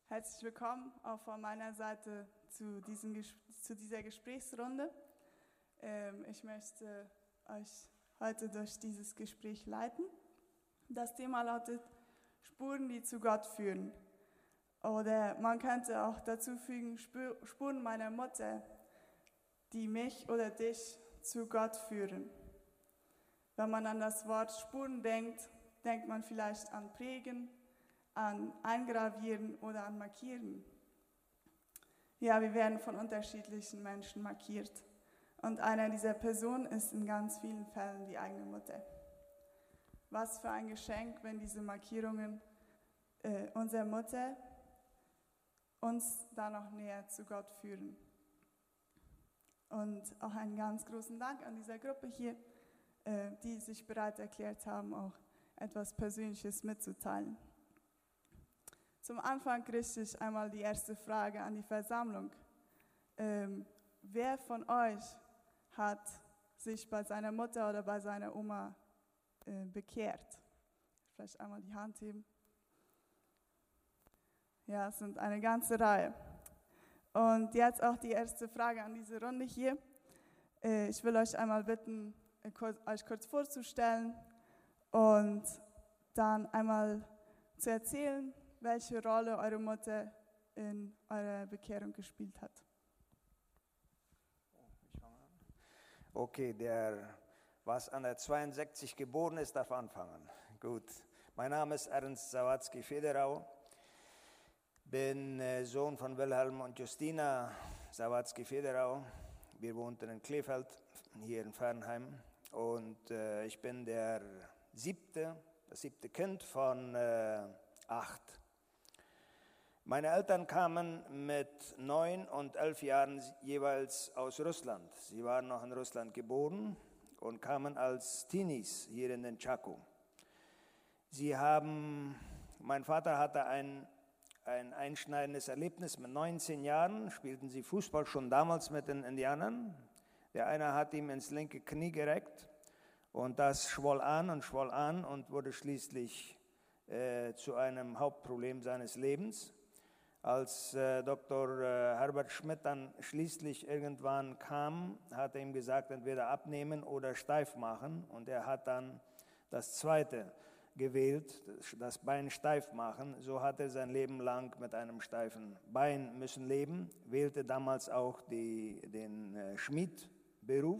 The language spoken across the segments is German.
Herzlich willkommen auch von meiner Seite zu dieser Gesprächsrunde. Ich möchte euch heute durch dieses Gespräch leiten. Das Thema lautet Spuren, die zu Gott führen. Oder man könnte auch dazu fügen, Spuren meiner Mutter, die mich oder dich zu Gott führen. Wenn man an das Wort Spuren denkt, denkt man vielleicht an Prägen, an Eingravieren oder an Markieren. Ja, wir werden von unterschiedlichen Menschen markiert. Und einer dieser Personen ist in ganz vielen Fällen die eigene Mutter. Was für ein Geschenk, wenn diese Markierungen unserer Mutter uns da noch näher zu Gott führen. Und auch einen ganz großen Dank an dieser Gruppe hier, die sich bereit erklärt haben, auch etwas Persönliches mitzuteilen. Zum Anfang richte ich einmal die erste Frage an die Versammlung. Wer von euch hat sich bei seiner Mutter oder bei seiner Oma bekehrt? Vielleicht einmal die Hand heben. Ja, es sind eine ganze Reihe. Und jetzt auch die erste Frage an diese Runde hier. Ich will euch einmal bitten, euch kurz vorzustellen und dann einmal zu erzählen, welche Rolle eure Mutter in eurer Bekehrung gespielt hat. Ich fange an. Okay, der, was an der 62 geboren ist, darf anfangen. Gut, mein Name ist Ernst Sawatzki-Federau, bin Sohn von Wilhelm und Justina Sawatzki-Federau. Wir wohnten in Kleefeld, hier in Fernheim. Und ich bin das siebte Kind von 8. Meine Eltern kamen mit 9 und 11 Jahren jeweils aus Russland. Sie waren noch in Russland geboren und kamen als Teenies hier in den Chaco. Mein Vater hatte ein einschneidendes Erlebnis. Mit 19 Jahren spielten sie Fußball schon damals mit den Indianern. Der eine hat ihm ins linke Knie gereckt und das schwoll an und wurde schließlich zu einem Hauptproblem seines Lebens. Als Dr. Herbert Schmidt dann schließlich irgendwann kam, hat er ihm gesagt, entweder abnehmen oder steif machen. Und er hat dann das zweite gewählt, das Bein steif machen. So hat er sein Leben lang mit einem steifen Bein müssen leben, wählte damals auch den Schmiedberuf,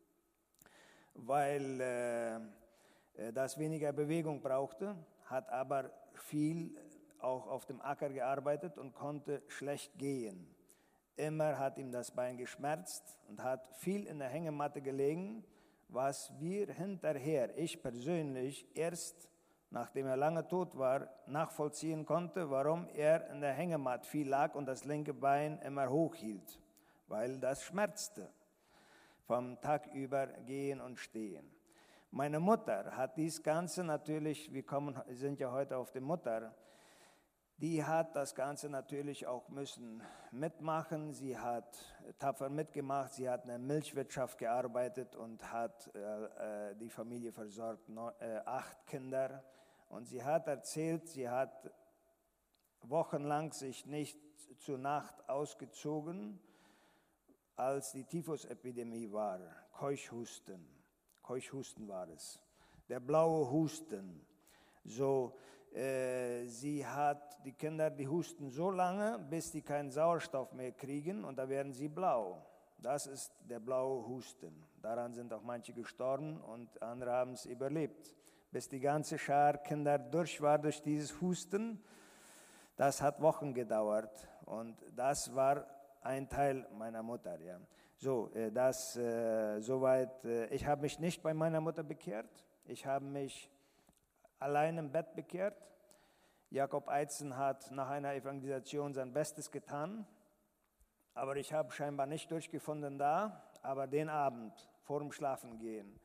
weil das weniger Bewegung brauchte, hat aber viel auch auf dem Acker gearbeitet und konnte schlecht gehen. Immer hat ihm das Bein geschmerzt und hat viel in der Hängematte gelegen, was wir hinterher, ich persönlich, erst nachdem er lange tot war, nachvollziehen konnte, warum er in der Hängematte viel lag und das linke Bein immer hoch hielt, weil das schmerzte, vom Tag über gehen und stehen. Meine Mutter hat dies Ganze natürlich, sind ja heute auf die Mutter, die hat das Ganze natürlich auch müssen mitmachen. Sie hat tapfer mitgemacht, sie hat in der Milchwirtschaft gearbeitet und hat die Familie versorgt, 8 Kinder. Und sie hat erzählt, sie hat wochenlang sich nicht zur Nacht ausgezogen, als die Typhusepidemie war, Keuchhusten war es, der blaue Husten. So, sie hat die Kinder, die husten so lange, bis die keinen Sauerstoff mehr kriegen und da werden sie blau. Das ist der blaue Husten. Daran sind auch manche gestorben und andere haben es überlebt. Bis die ganze Schar Kinder durch war durch dieses Husten, das hat Wochen gedauert und das war ein Teil meiner Mutter. Ja. So, soweit. Ich habe mich nicht bei meiner Mutter bekehrt. Ich habe mich allein im Bett bekehrt. Jakob Eitzen hat nach einer Evangelisation sein Bestes getan, aber ich habe scheinbar nicht durchgefunden da, aber den Abend vor dem Schlafengehen,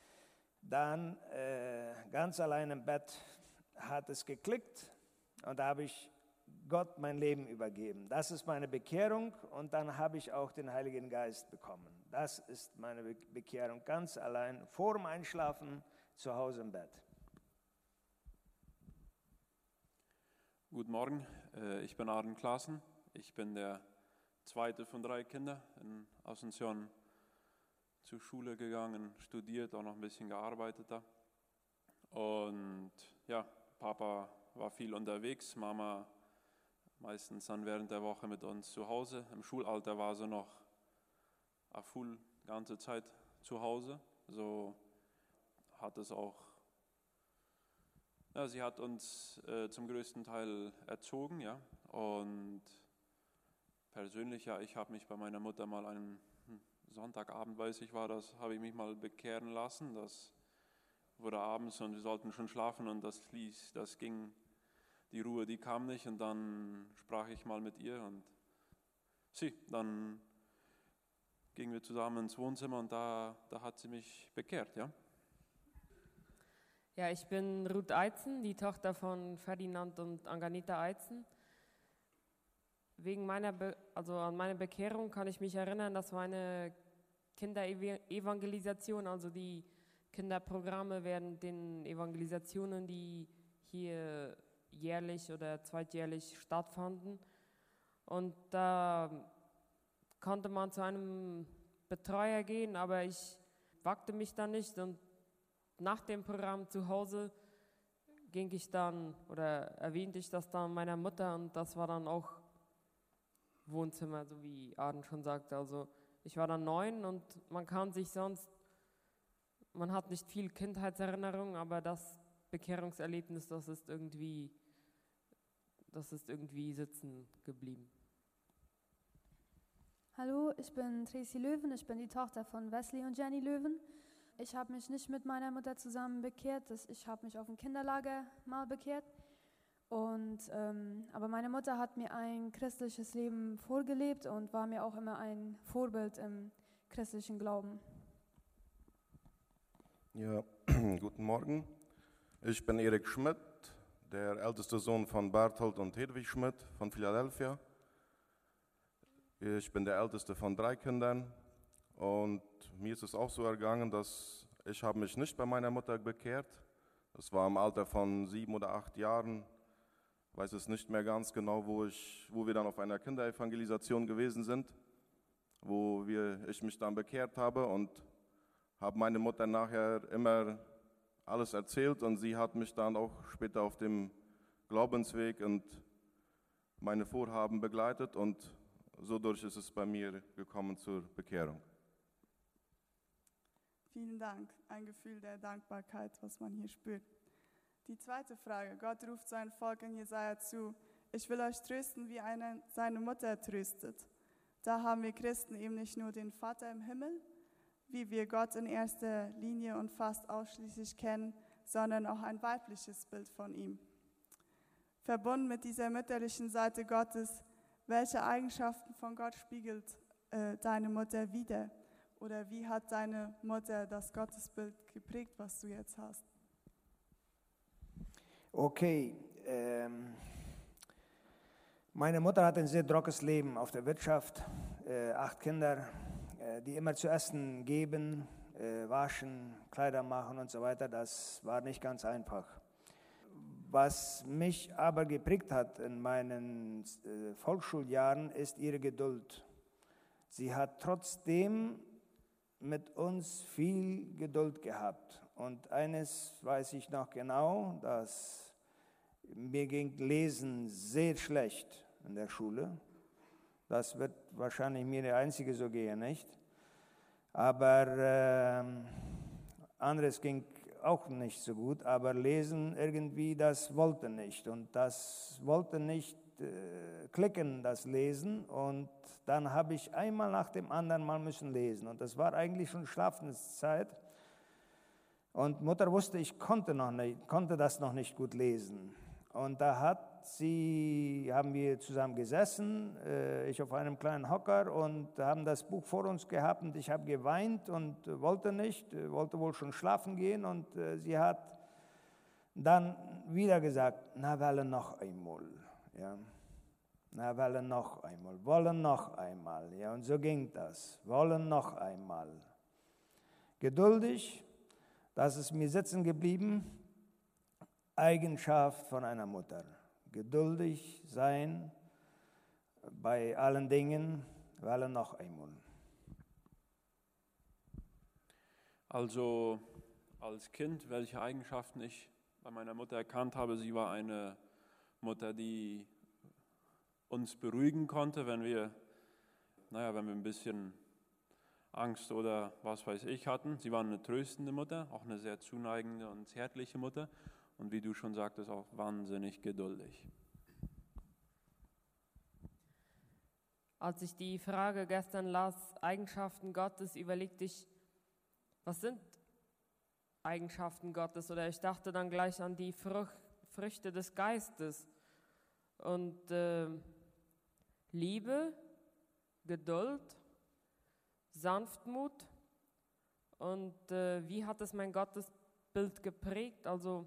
dann ganz allein im Bett hat es geklickt und da habe ich Gott mein Leben übergeben. Das ist meine Bekehrung und dann habe ich auch den Heiligen Geist bekommen. Das ist meine Bekehrung, ganz allein vor dem Einschlafen zu Hause im Bett. Guten Morgen, ich bin Arden Klaassen. Ich bin der zweite von 3 Kindern in Asunción zur Schule gegangen, studiert, auch noch ein bisschen gearbeitet da. Und ja, Papa war viel unterwegs, Mama meistens dann während der Woche mit uns zu Hause. Im Schulalter war sie noch full ganze Zeit zu Hause. So hat es auch. Ja, sie hat uns zum größten Teil erzogen, ja. Und persönlich, ja, ich habe mich bei meiner Mutter mal einen Sonntagabend, weiß ich war das, habe ich mich mal bekehren lassen. Das wurde abends und wir sollten schon schlafen und das ging, die Ruhe, die kam nicht und dann sprach ich mal mit ihr und dann gingen wir zusammen ins Wohnzimmer und da hat sie mich bekehrt, ja. Ja, ich bin Ruth Eitzen, die Tochter von Ferdinand und Anganita Eitzen. An meine Bekehrung kann ich mich erinnern, das war eine Kinderevangelisation, also die Kinderprogramme während den Evangelisationen, die hier jährlich oder zweitjährlich stattfanden. Und da konnte man zu einem Betreuer gehen, aber ich wagte mich da nicht und nach dem Programm zu Hause erwähnte ich das dann meiner Mutter und das war dann auch Wohnzimmer, so wie Arden schon sagte. Also ich war dann 9 und man hat nicht viel Kindheitserinnerung, aber das Bekehrungserlebnis, das ist irgendwie sitzen geblieben. Hallo, ich bin Tracy Löwen, ich bin die Tochter von Wesley und Jenny Löwen. Ich habe mich nicht mit meiner Mutter zusammen bekehrt, ich habe mich auf dem Kinderlager mal bekehrt. Aber meine Mutter hat mir ein christliches Leben vorgelebt und war mir auch immer ein Vorbild im christlichen Glauben. Ja, guten Morgen. Ich bin Erik Schmidt, der älteste Sohn von Berthold und Hedwig Schmidt von Philadelphia. Ich bin der älteste von 3 Kindern. Und mir ist es auch so ergangen, dass ich habe mich nicht bei meiner Mutter bekehrt. Das war im Alter von 7 oder 8 Jahren. Ich weiß es nicht mehr ganz genau, wo wir dann auf einer Kinderevangelisation gewesen sind, wo ich mich dann bekehrt habe und habe meine Mutter nachher immer alles erzählt und sie hat mich dann auch später auf dem Glaubensweg und meine Vorhaben begleitet und so durch ist es bei mir gekommen zur Bekehrung. Vielen Dank. Ein Gefühl der Dankbarkeit, was man hier spürt. Die zweite Frage. Gott ruft sein Volk in Jesaja zu. Ich will euch trösten, wie einer seine Mutter tröstet. Da haben wir Christen eben nicht nur den Vater im Himmel, wie wir Gott in erster Linie und fast ausschließlich kennen, sondern auch ein weibliches Bild von ihm. Verbunden mit dieser mütterlichen Seite Gottes, welche Eigenschaften von Gott spiegelt deine Mutter wider? Oder wie hat deine Mutter das Gottesbild geprägt, was du jetzt hast? Okay, meine Mutter hat ein sehr trockenes Leben auf der Wirtschaft, 8 Kinder, die immer zu essen geben, waschen, Kleider machen und so weiter. Das war nicht ganz einfach. Was mich aber geprägt hat in meinen Volksschuljahren, ist ihre Geduld. Sie hat trotzdem mit uns viel Geduld gehabt. Und eines weiß ich noch genau, dass mir ging Lesen sehr schlecht in der Schule. Das wird wahrscheinlich mir der Einzige so gehen, nicht? Aber anderes ging auch nicht so gut, aber Lesen irgendwie, das wollte nicht. Und das wollte nicht klicken, das Lesen. Und dann habe ich einmal nach dem anderen mal müssen lesen. Und das war eigentlich schon Schlafenszeit. Und Mutter wusste, ich konnte das noch nicht gut lesen. Und da haben wir zusammen gesessen, ich auf einem kleinen Hocker und haben das Buch vor uns gehabt und ich habe geweint und wollte nicht, wollte wohl schon schlafen gehen und sie hat dann wieder gesagt, na, wollen noch einmal, ja. Na, wollen noch einmal, wollen noch einmal, ja, und so ging das, wollen noch einmal. Geduldig, das ist mir sitzen geblieben, Eigenschaft von einer Mutter. geduldig sein bei allen Dingen, weil noch einmal. Also als Kind, welche Eigenschaften ich bei meiner Mutter erkannt habe, sie war eine Mutter, die uns beruhigen konnte, wenn wir ein bisschen Angst oder was weiß ich hatten. Sie war eine tröstende Mutter, auch eine sehr zuneigende und zärtliche Mutter und wie du schon sagtest, auch wahnsinnig geduldig. Als ich die Frage gestern las, Eigenschaften Gottes, überlegte ich, was sind Eigenschaften Gottes? Oder ich dachte dann gleich an die Früchte des Geistes. Und Liebe, Geduld, Sanftmut. Und wie hat es mein Gottesbild geprägt? Also,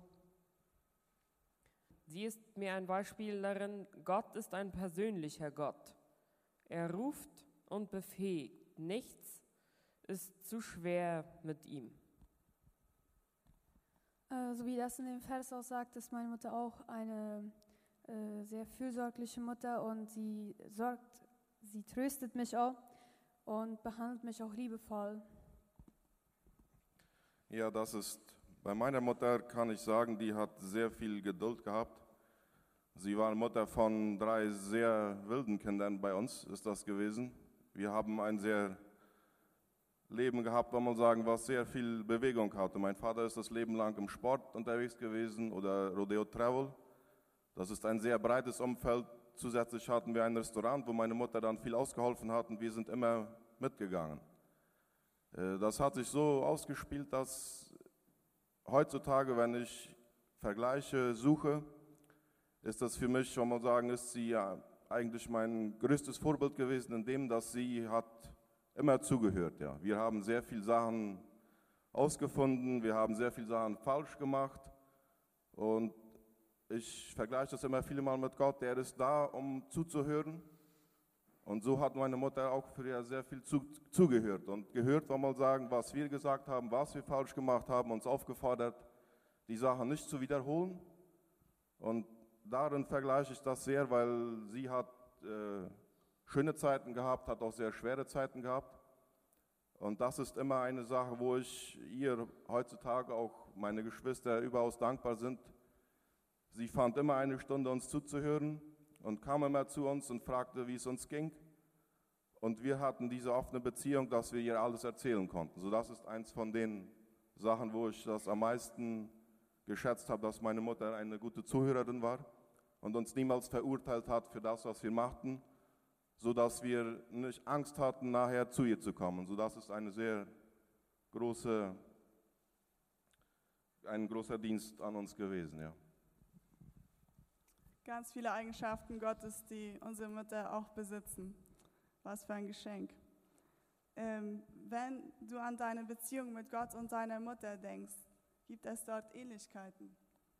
sie ist mir ein Beispiel darin, Gott ist ein persönlicher Gott. Er ruft und befähigt. Nichts ist zu schwer mit ihm. So wie das in dem Vers auch sagt, ist meine Mutter auch eine sehr fürsorgliche Mutter und sie tröstet mich auch und behandelt mich auch liebevoll. Ja, das ist, bei meiner Mutter kann ich sagen, die hat sehr viel Geduld gehabt. Sie war Mutter von 3 sehr wilden Kindern bei uns, ist das gewesen. Wir haben ein sehr Leben gehabt, kann man sagen, was sehr viel Bewegung hatte. Mein Vater ist das Leben lang im Sport unterwegs gewesen oder Rodeo Travel. Das ist ein sehr breites Umfeld. Zusätzlich hatten wir ein Restaurant, wo meine Mutter dann viel ausgeholfen hat und wir sind immer mitgegangen. Das hat sich so ausgespielt, dass heutzutage, wenn ich Vergleiche suche, ist das für mich, kann man sagen, ist sie ja eigentlich mein größtes Vorbild gewesen, in dem, dass sie hat immer zugehört. Ja. Wir haben sehr viele Sachen ausgefunden, wir haben sehr viele Sachen falsch gemacht und ich vergleiche das immer viele Mal mit Gott, der ist da, um zuzuhören. Und so hat meine Mutter auch früher sehr viel zugehört und gehört, kann man sagen, was wir gesagt haben, was wir falsch gemacht haben, uns aufgefordert, die Sachen nicht zu wiederholen. Und darin vergleiche ich das sehr, weil sie hat schöne Zeiten gehabt, hat auch sehr schwere Zeiten gehabt. Und das ist immer eine Sache, wo ich ihr heutzutage auch meine Geschwister überaus dankbar sind. Sie fand immer eine Stunde, uns zuzuhören und kam immer zu uns und fragte, wie es uns ging. Und wir hatten diese offene Beziehung, dass wir ihr alles erzählen konnten. So, das ist eins von den Sachen, wo ich das am meisten geschätzt habe, dass meine Mutter eine gute Zuhörerin war und uns niemals verurteilt hat für das, was wir machten, sodass wir nicht Angst hatten, nachher zu ihr zu kommen. So, das ist ein großer Dienst an uns gewesen, ja. Ganz viele Eigenschaften Gottes, die unsere Mütter auch besitzen. Was für ein Geschenk. Wenn du an deine Beziehung mit Gott und deiner Mutter denkst, gibt es dort Ähnlichkeiten?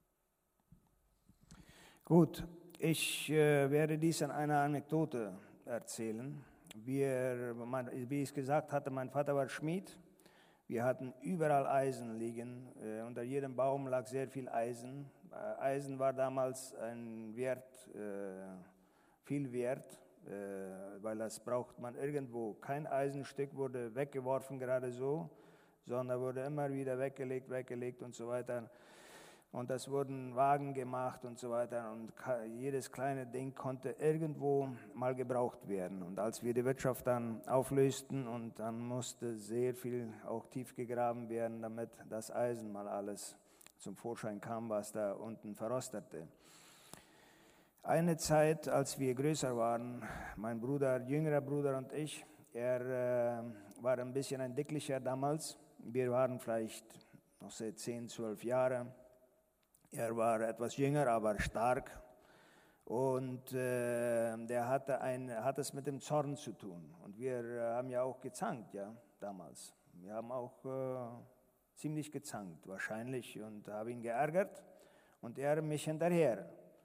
Gut, ich werde dies in einer Anekdote erzählen. Wie ich gesagt hatte, mein Vater war Schmied. Wir hatten überall Eisen liegen. Unter jedem Baum lag sehr viel Eisen. Eisen war damals ein Wert, viel wert, weil das braucht man irgendwo. Kein Eisenstück wurde weggeworfen gerade so, sondern wurde immer wieder weggelegt und so weiter. Und es wurden Wagen gemacht und so weiter und jedes kleine Ding konnte irgendwo mal gebraucht werden. Und als wir die Wirtschaft dann auflösten und dann musste sehr viel auch tief gegraben werden, damit das Eisen mal alles zum Vorschein kam, was da unten verrostete. Eine Zeit, als wir größer waren, mein Bruder, jüngerer Bruder und ich, er war ein bisschen ein Dicklicher damals. Wir waren vielleicht noch 10, 12 Jahre. Er war etwas jünger, aber stark. Und der hat es mit dem Zorn zu tun. Und wir haben ja auch gezankt, ja, damals. Wir haben auch ziemlich gezankt, wahrscheinlich, und habe ihn geärgert und er mich hinterher.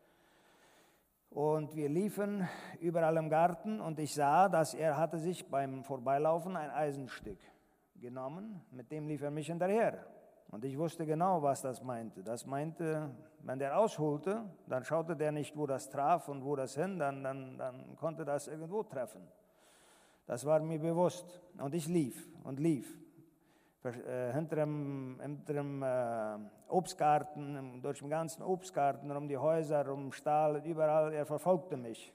Und wir liefen überall im Garten und ich sah, dass er hatte sich beim Vorbeilaufen ein Eisenstück genommen, mit dem lief er mich hinterher. Und ich wusste genau, was das meinte. Das meinte, wenn der ausholte, dann schaute der nicht, wo das traf und wo das hin, dann konnte das irgendwo treffen. Das war mir bewusst. Und ich lief und lief. Hinter dem Obstgarten, durch den ganzen Obstgarten, um die Häuser, um Stall, überall, er verfolgte mich.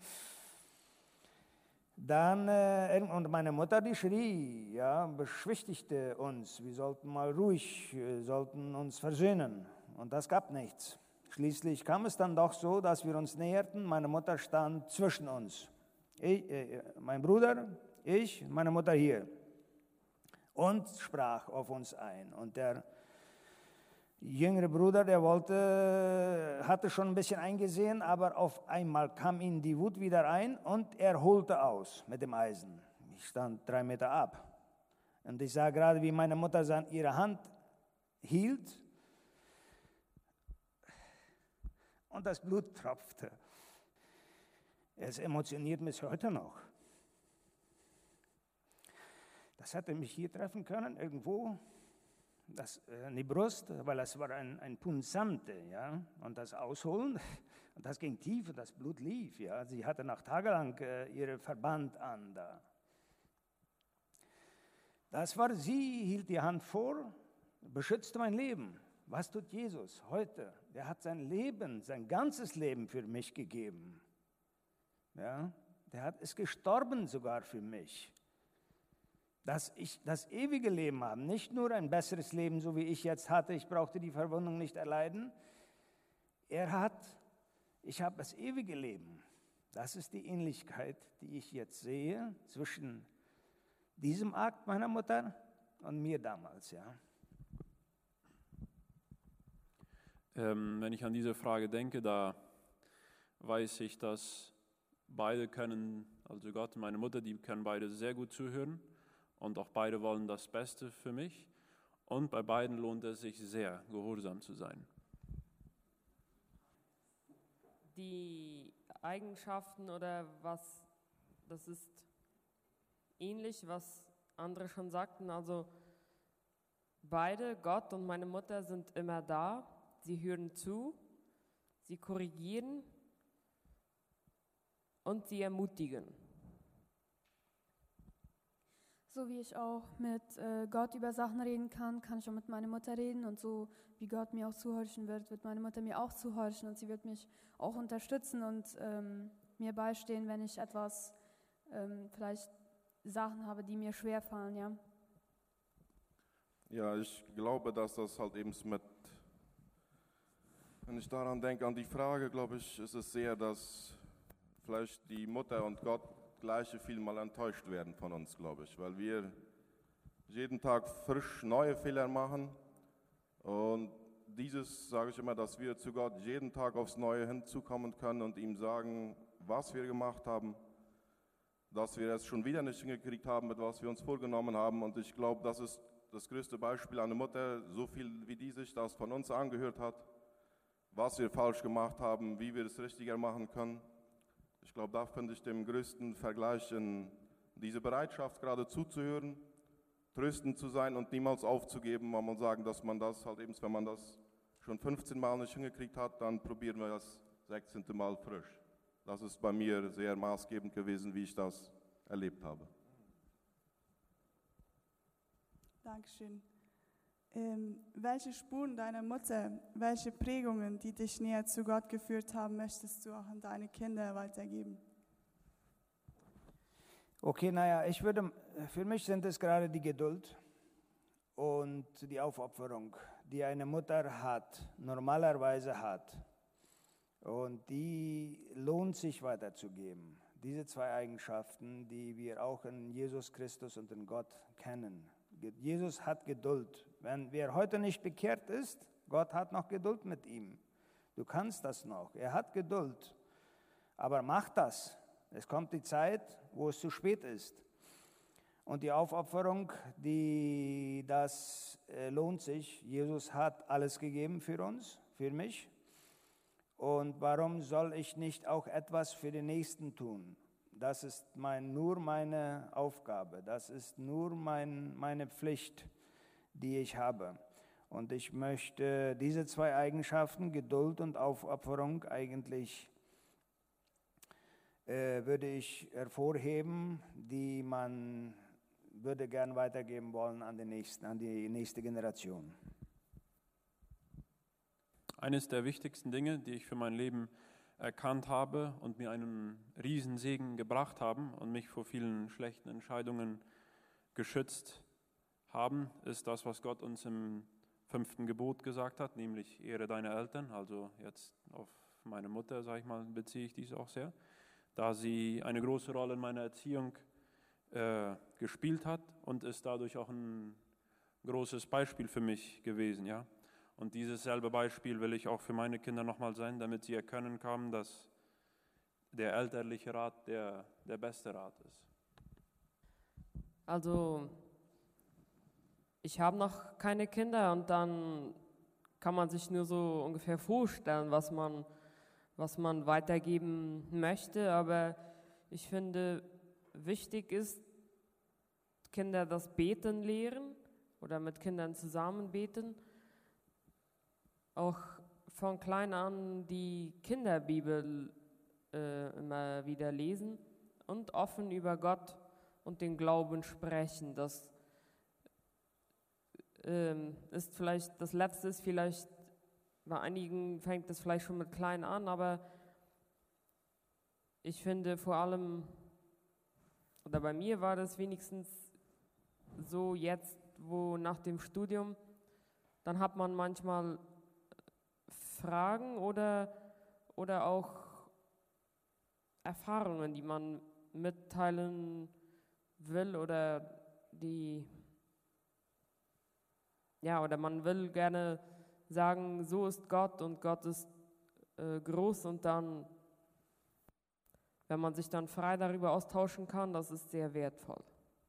Dann, und meine Mutter, die schrie, ja, beschwichtigte uns, wir sollten mal ruhig, sollten uns versöhnen. Und das gab nichts. Schließlich kam es dann doch so, dass wir uns näherten. Meine Mutter stand zwischen uns. Mein Bruder, ich, meine Mutter hier. Und sprach auf uns ein. Und der jüngere Bruder, der hatte schon ein bisschen eingesehen, aber auf einmal kam ihm die Wut wieder ein und er holte aus mit dem Eisen. Ich stand 3 Meter ab. Und ich sah gerade, wie meine Mutter ihre Hand hielt und das Blut tropfte. Es emotioniert mich heute noch. Das hätte mich hier treffen können, irgendwo. In die Brust, weil das war ein Punzante, ja, und das Ausholen, und das ging tief und das Blut lief, ja. Sie hatte noch tagelang ihren Verband an da. Das war sie, hielt die Hand vor, beschützte mein Leben. Was tut Jesus heute? Der hat sein Leben, sein ganzes Leben für mich gegeben. Ja, der ist gestorben sogar für mich. Dass ich das ewige Leben habe, nicht nur ein besseres Leben, so wie ich jetzt hatte, ich brauchte die Verwundung nicht erleiden. Ich habe das ewige Leben. Das ist die Ähnlichkeit, die ich jetzt sehe zwischen diesem Akt meiner Mutter und mir damals, ja. Wenn ich an diese Frage denke, da weiß ich, dass beide können, also Gott und meine Mutter, die können beide sehr gut zuhören. Und auch beide wollen das Beste für mich. Und bei beiden lohnt es sich sehr, gehorsam zu sein. Die Eigenschaften oder was, das ist ähnlich, was andere schon sagten. Also beide, Gott und meine Mutter, sind immer da. Sie hören zu, sie korrigieren und sie ermutigen. So wie ich auch mit Gott über Sachen reden kann, kann ich auch mit meiner Mutter reden. Und so wie Gott mir auch zuhorchen wird meine Mutter mir auch zuhorchen. Und sie wird mich auch unterstützen und mir beistehen, wenn ich etwas, vielleicht Sachen habe, die mir schwerfallen, ja. Ja, ich glaube, dass das halt eben wenn ich daran denke, an die Frage, glaube ich, ist es sehr, dass vielleicht die Mutter und Gott gleiche viel mal enttäuscht werden von uns, glaube ich, weil wir jeden Tag frisch neue Fehler machen und dieses, sage ich immer, dass wir zu Gott jeden Tag aufs Neue hinzukommen können und ihm sagen, was wir gemacht haben, dass wir es schon wieder nicht hingekriegt haben, mit was wir uns vorgenommen haben, und ich glaube, das ist das größte Beispiel, eine Mutter, so viel wie die sich das von uns angehört hat, was wir falsch gemacht haben, wie wir es richtiger machen können. Ich glaube, da finde ich den größten Vergleich in diese Bereitschaft, gerade zuzuhören, tröstend zu sein und niemals aufzugeben, weil man sagen, dass man das halt eben, wenn man das schon 15 Mal nicht hingekriegt hat, dann probieren wir das 16. Mal frisch. Das ist bei mir sehr maßgebend gewesen, wie ich das erlebt habe. Dankeschön. Welche Spuren deiner Mutter, welche Prägungen, die dich näher zu Gott geführt haben, möchtest du auch an deine Kinder weitergeben? Okay, für mich sind es gerade die Geduld und die Aufopferung, die eine Mutter normalerweise hat. Und die lohnt sich weiterzugeben. Diese 2 Eigenschaften, die wir auch in Jesus Christus und in Gott kennen. Jesus hat Geduld. Wenn wer heute nicht bekehrt ist, Gott hat noch Geduld mit ihm. Du kannst das noch. Er hat Geduld. Aber mach das. Es kommt die Zeit, wo es zu spät ist. Und die Aufopferung, das lohnt sich. Jesus hat alles gegeben für uns, für mich. Und warum soll ich nicht auch etwas für den Nächsten tun? Das ist nur meine Aufgabe, das ist nur meine Pflicht, die ich habe. Und ich möchte diese zwei Eigenschaften, Geduld und Aufopferung, eigentlich würde ich hervorheben, die man würde gern weitergeben wollen an die nächste Generation. Eines der wichtigsten Dinge, die ich für mein Leben erkannt habe und mir einen Riesensegen gebracht haben und mich vor vielen schlechten Entscheidungen geschützt haben, ist das, was Gott uns im 5. Gebot gesagt hat, nämlich ehre deine Eltern. Also jetzt auf meine Mutter, sage ich mal, beziehe ich dies auch sehr, da sie eine große Rolle in meiner Erziehung gespielt hat und ist dadurch auch ein großes Beispiel für mich gewesen, ja. Und dieses selbe Beispiel will ich auch für meine Kinder nochmal sein, damit sie erkennen können, dass der elterliche Rat der beste Rat ist. Also, ich habe noch keine Kinder und dann kann man sich nur so ungefähr vorstellen, was man weitergeben möchte. Aber ich finde, wichtig ist, Kinder das Beten lehren oder mit Kindern zusammen beten. Auch von klein an die Kinderbibel immer wieder lesen und offen über Gott und den Glauben sprechen. Das ist vielleicht, das Letzte ist vielleicht, bei einigen fängt es vielleicht schon mit klein an, aber ich finde vor allem, oder bei mir war das wenigstens so jetzt, wo nach dem Studium, dann hat man manchmal Fragen oder auch Erfahrungen, die man mitteilen will oder oder man will gerne sagen, so ist Gott und Gott ist groß, und dann, wenn man sich dann frei darüber austauschen kann, das ist sehr wertvoll.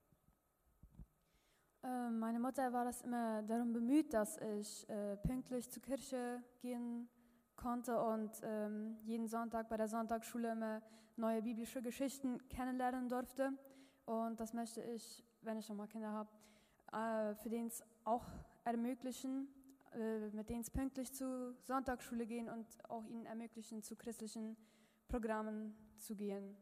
Meine Mutter war das immer darum bemüht, dass ich pünktlich zur Kirche gehen konnte und jeden Sonntag bei der Sonntagsschule immer neue biblische Geschichten kennenlernen durfte. Und das möchte ich, wenn ich noch mal Kinder habe, für den es auch ermöglichen, mit denen es pünktlich zur Sonntagsschule gehen und auch ihnen ermöglichen, zu christlichen Programmen zu gehen.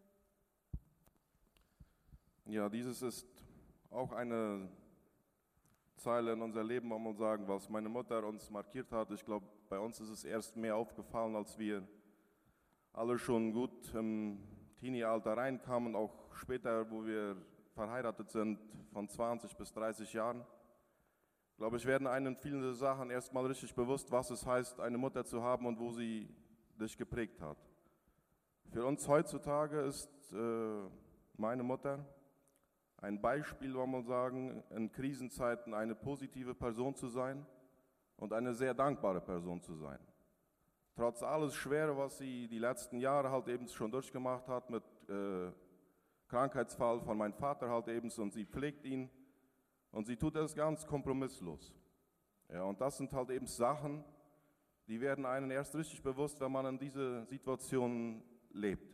Ja, dieses ist auch eine Zeile in unser Leben, man muss sagen, was meine Mutter uns markiert hat. Ich glaube, bei uns ist es erst mehr aufgefallen, als wir alle schon gut im Teenie-Alter reinkamen, auch später, wo wir verheiratet sind, von 20 bis 30 Jahren. Ich glaube, ich werden einem vielen Sachen erstmal richtig bewusst, was es heißt, eine Mutter zu haben und wo sie dich geprägt hat. Für uns heutzutage ist meine Mutter ein Beispiel, kann man sagen, in Krisenzeiten eine positive Person zu sein und eine sehr dankbare Person zu sein. Trotz alles Schwere, was sie die letzten Jahre halt eben schon durchgemacht hat, mit Krankheitsfall von meinem Vater halt eben, und sie pflegt ihn und sie tut es ganz kompromisslos. Ja, und das sind halt eben Sachen, die werden einem erst richtig bewusst, wenn man in diese Situation lebt.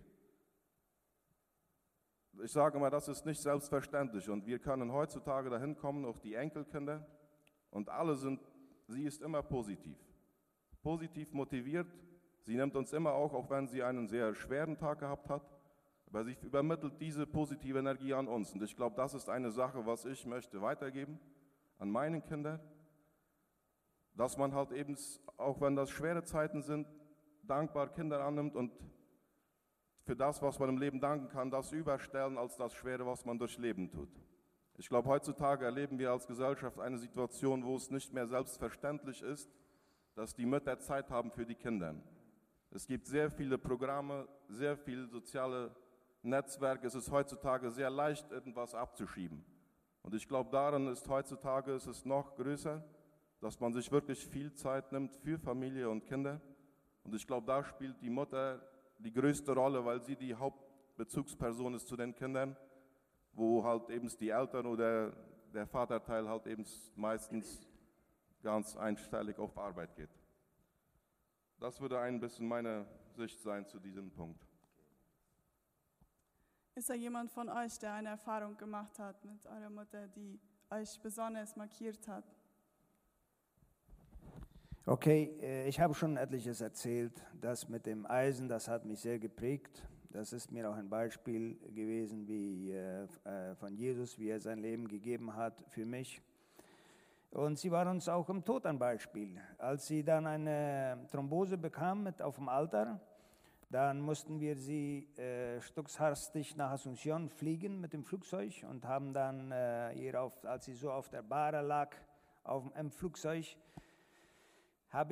Ich sage mal, das ist nicht selbstverständlich und wir können heutzutage dahin kommen, auch die Enkelkinder, und sie ist immer positiv motiviert, sie nimmt uns immer auch wenn sie einen sehr schweren Tag gehabt hat, aber sie übermittelt diese positive Energie an uns und ich glaube, das ist eine Sache, was ich möchte weitergeben an meinen Kindern, dass man halt eben, auch wenn das schwere Zeiten sind, dankbar Kinder annimmt und für das, was man im Leben danken kann, das überstellen als das Schwere, was man durchs Leben tut. Ich glaube, heutzutage erleben wir als Gesellschaft eine Situation, wo es nicht mehr selbstverständlich ist, dass die Mütter Zeit haben für die Kinder. Es gibt sehr viele Programme, sehr viele soziale Netzwerke. Es ist heutzutage sehr leicht, irgendwas abzuschieben. Und ich glaube, darin ist heutzutage es noch größer, dass man sich wirklich viel Zeit nimmt für Familie und Kinder. Und ich glaube, da spielt die Mutter die größte Rolle, weil sie die Hauptbezugsperson ist zu den Kindern, wo halt eben die Eltern oder der Vaterteil halt eben meistens ganz einstellig auf Arbeit geht. Das würde ein bisschen meine Sicht sein zu diesem Punkt. Ist da jemand von euch, der eine Erfahrung gemacht hat mit eurer Mutter, die euch besonders markiert hat? Okay, ich habe schon etliches erzählt. Das mit dem Eisen, das hat mich sehr geprägt. Das ist mir auch ein Beispiel gewesen von Jesus, wie er sein Leben gegeben hat für mich. Und sie war uns auch im Tod ein Beispiel. Als sie dann eine Thrombose bekam auf dem Altar, dann mussten wir sie stückshastig nach Asunción fliegen mit dem Flugzeug und haben dann als sie so auf der Bahre lag, im Flugzeug, war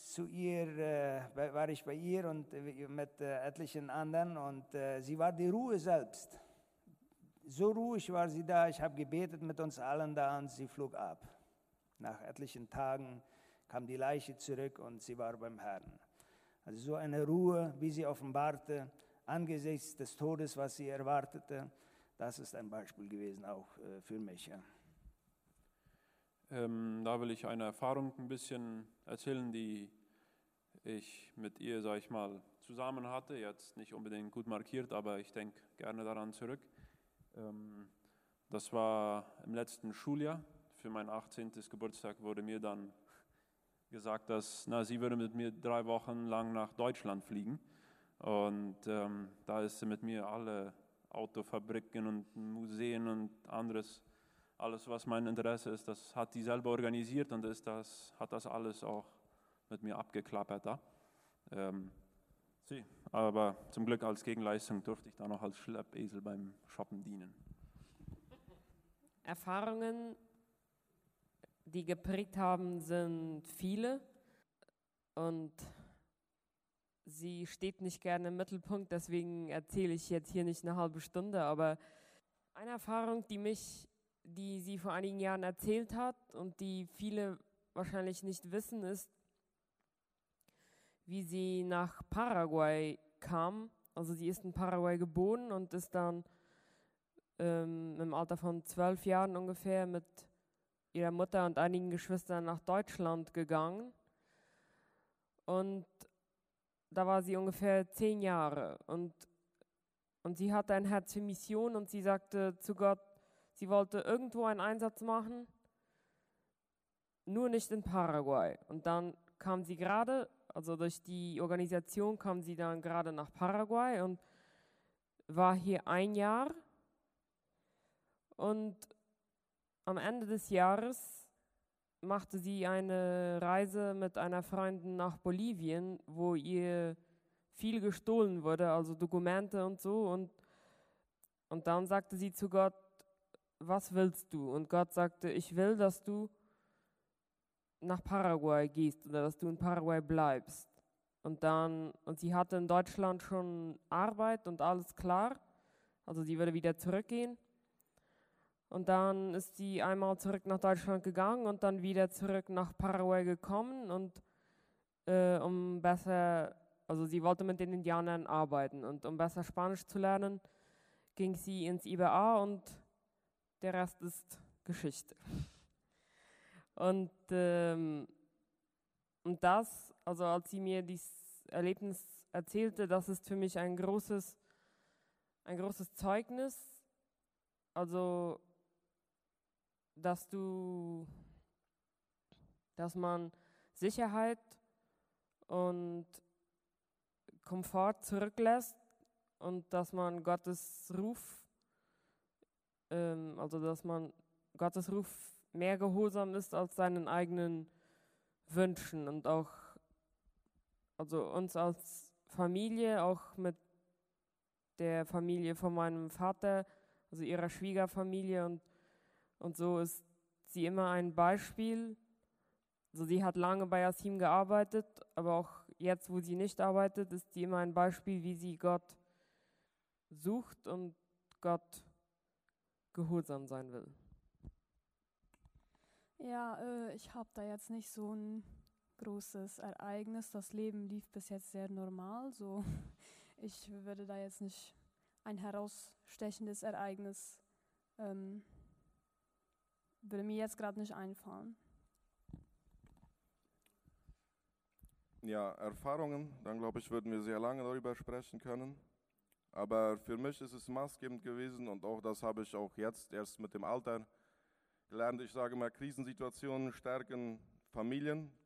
ich bei ihr und mit etlichen anderen und sie war die Ruhe selbst. So ruhig war sie da, ich habe gebetet mit uns allen da und sie flog ab. Nach etlichen Tagen kam die Leiche zurück und sie war beim Herrn. Also so eine Ruhe, wie sie offenbarte, angesichts des Todes, was sie erwartete, das ist ein Beispiel gewesen auch für mich. Ja. Da will ich eine Erfahrung ein bisschen erzählen, die ich mit ihr, sag ich mal, zusammen hatte. Jetzt nicht unbedingt gut markiert, aber ich denke gerne daran zurück. Das war im letzten Schuljahr. Für mein 18. Geburtstag wurde mir dann gesagt, dass sie würde mit mir 3 Wochen lang nach Deutschland fliegen. Und da ist sie mit mir alle Autofabriken und Museen und anderes, alles was mein Interesse ist, das hat die selber organisiert und hat das alles auch mit mir abgeklappert da. Aber zum Glück als Gegenleistung durfte ich da noch als Schleppesel beim Shoppen dienen. Erfahrungen, die geprägt haben, sind viele und sie steht nicht gerne im Mittelpunkt, deswegen erzähle ich jetzt hier nicht eine halbe Stunde, aber eine Erfahrung, die sie vor einigen Jahren erzählt hat und die viele wahrscheinlich nicht wissen, ist, wie sie nach Paraguay kam. Also sie ist in Paraguay geboren und ist dann im Alter von 12 Jahren ungefähr mit ihrer Mutter und einigen Geschwistern nach Deutschland gegangen. Und da war sie ungefähr 10 Jahre. Und sie hatte ein Herz für Mission und sie sagte zu Gott, sie wollte irgendwo einen Einsatz machen, nur nicht in Paraguay. Und dann kam sie durch die Organisation kam sie dann gerade nach Paraguay und war hier 1 Jahr. Und am Ende des Jahres machte sie eine Reise mit einer Freundin nach Bolivien, wo ihr viel gestohlen wurde, also Dokumente und so. Und dann sagte sie zu Gott, was willst du? Und Gott sagte, ich will, dass du nach Paraguay gehst oder dass du in Paraguay bleibst. Und sie hatte in Deutschland schon Arbeit und alles klar, also sie würde wieder zurückgehen. Und dann ist sie einmal zurück nach Deutschland gegangen und dann wieder zurück nach Paraguay gekommen und sie wollte mit den Indianern arbeiten und um besser Spanisch zu lernen, ging sie ins IBA und der Rest ist Geschichte. Und das, also als sie mir dieses Erlebnis erzählte, das ist für mich ein großes Zeugnis, also dass man Sicherheit und Komfort zurücklässt und dass man Gottes Ruf mehr gehorsam ist als seinen eigenen Wünschen und auch uns als Familie, auch mit der Familie von meinem Vater, also ihrer Schwiegerfamilie und so ist sie immer ein Beispiel. Also sie hat lange bei Asim gearbeitet, aber auch jetzt, wo sie nicht arbeitet, ist sie immer ein Beispiel, wie sie Gott sucht und Gott gehorsam sein will. Ja, ich habe da jetzt nicht so ein großes Ereignis. Das Leben lief bis jetzt sehr normal. So, ich würde da jetzt nicht ein herausstechendes Ereignis, würde mir jetzt gerade nicht einfallen. Ja, Erfahrungen, dann glaube ich, würden wir sehr lange darüber sprechen können. Aber für mich ist es maßgebend gewesen und auch das habe ich auch jetzt erst mit dem Alter gelernt. Ich sage mal, Krisensituationen stärken Familien,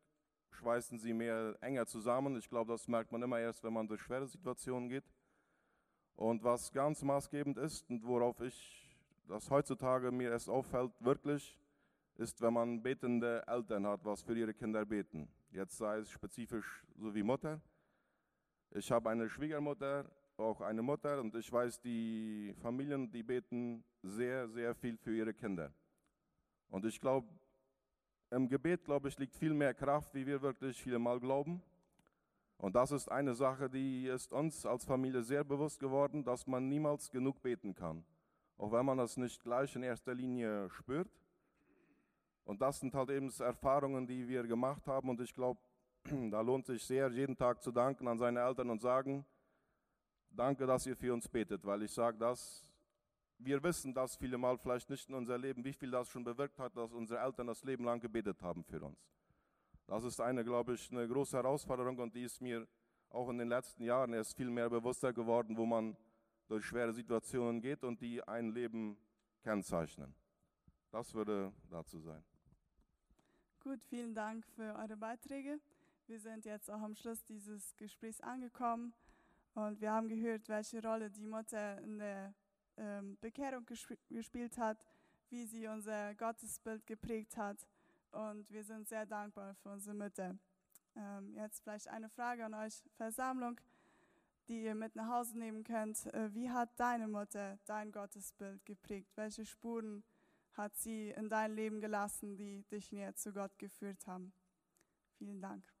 schweißen sie mehr enger zusammen. Ich glaube, das merkt man immer erst, wenn man durch schwere Situationen geht. Und was ganz maßgebend ist und worauf das heutzutage mir erst auffällt, wirklich, ist, wenn man betende Eltern hat, was für ihre Kinder beten. Jetzt sei es spezifisch so wie Mutter. Ich habe eine Schwiegermutter, auch eine Mutter, und ich weiß, die Familien, die beten sehr, sehr viel für ihre Kinder. Und ich glaube, im Gebet, liegt viel mehr Kraft, wie wir wirklich viele Mal glauben. Und das ist eine Sache, die ist uns als Familie sehr bewusst geworden, dass man niemals genug beten kann. Auch wenn man das nicht gleich in erster Linie spürt. Und das sind halt eben Erfahrungen, die wir gemacht haben. Und ich glaube, da lohnt sich sehr, jeden Tag zu danken an seine Eltern und sagen, danke, dass ihr für uns betet. Weil ich sage das, wir wissen das viele Mal vielleicht nicht in unser Leben, wie viel das schon bewirkt hat, dass unsere Eltern das Leben lang gebetet haben für uns. Das ist eine große Herausforderung und die ist mir auch in den letzten Jahren erst viel mehr bewusster geworden, wo man durch schwere Situationen geht und die ein Leben kennzeichnen. Das würde dazu sein. Gut, vielen Dank für eure Beiträge. Wir sind jetzt auch am Schluss dieses Gesprächs angekommen und wir haben gehört, welche Rolle die Mutter in der Bekehrung gespielt hat, wie sie unser Gottesbild geprägt hat. Und wir sind sehr dankbar für unsere Mütter. Jetzt vielleicht eine Frage an euch, Versammlung, die ihr mit nach Hause nehmen könnt. Wie hat deine Mutter dein Gottesbild geprägt? Welche Spuren hat sie in dein Leben gelassen, die dich näher zu Gott geführt haben? Vielen Dank.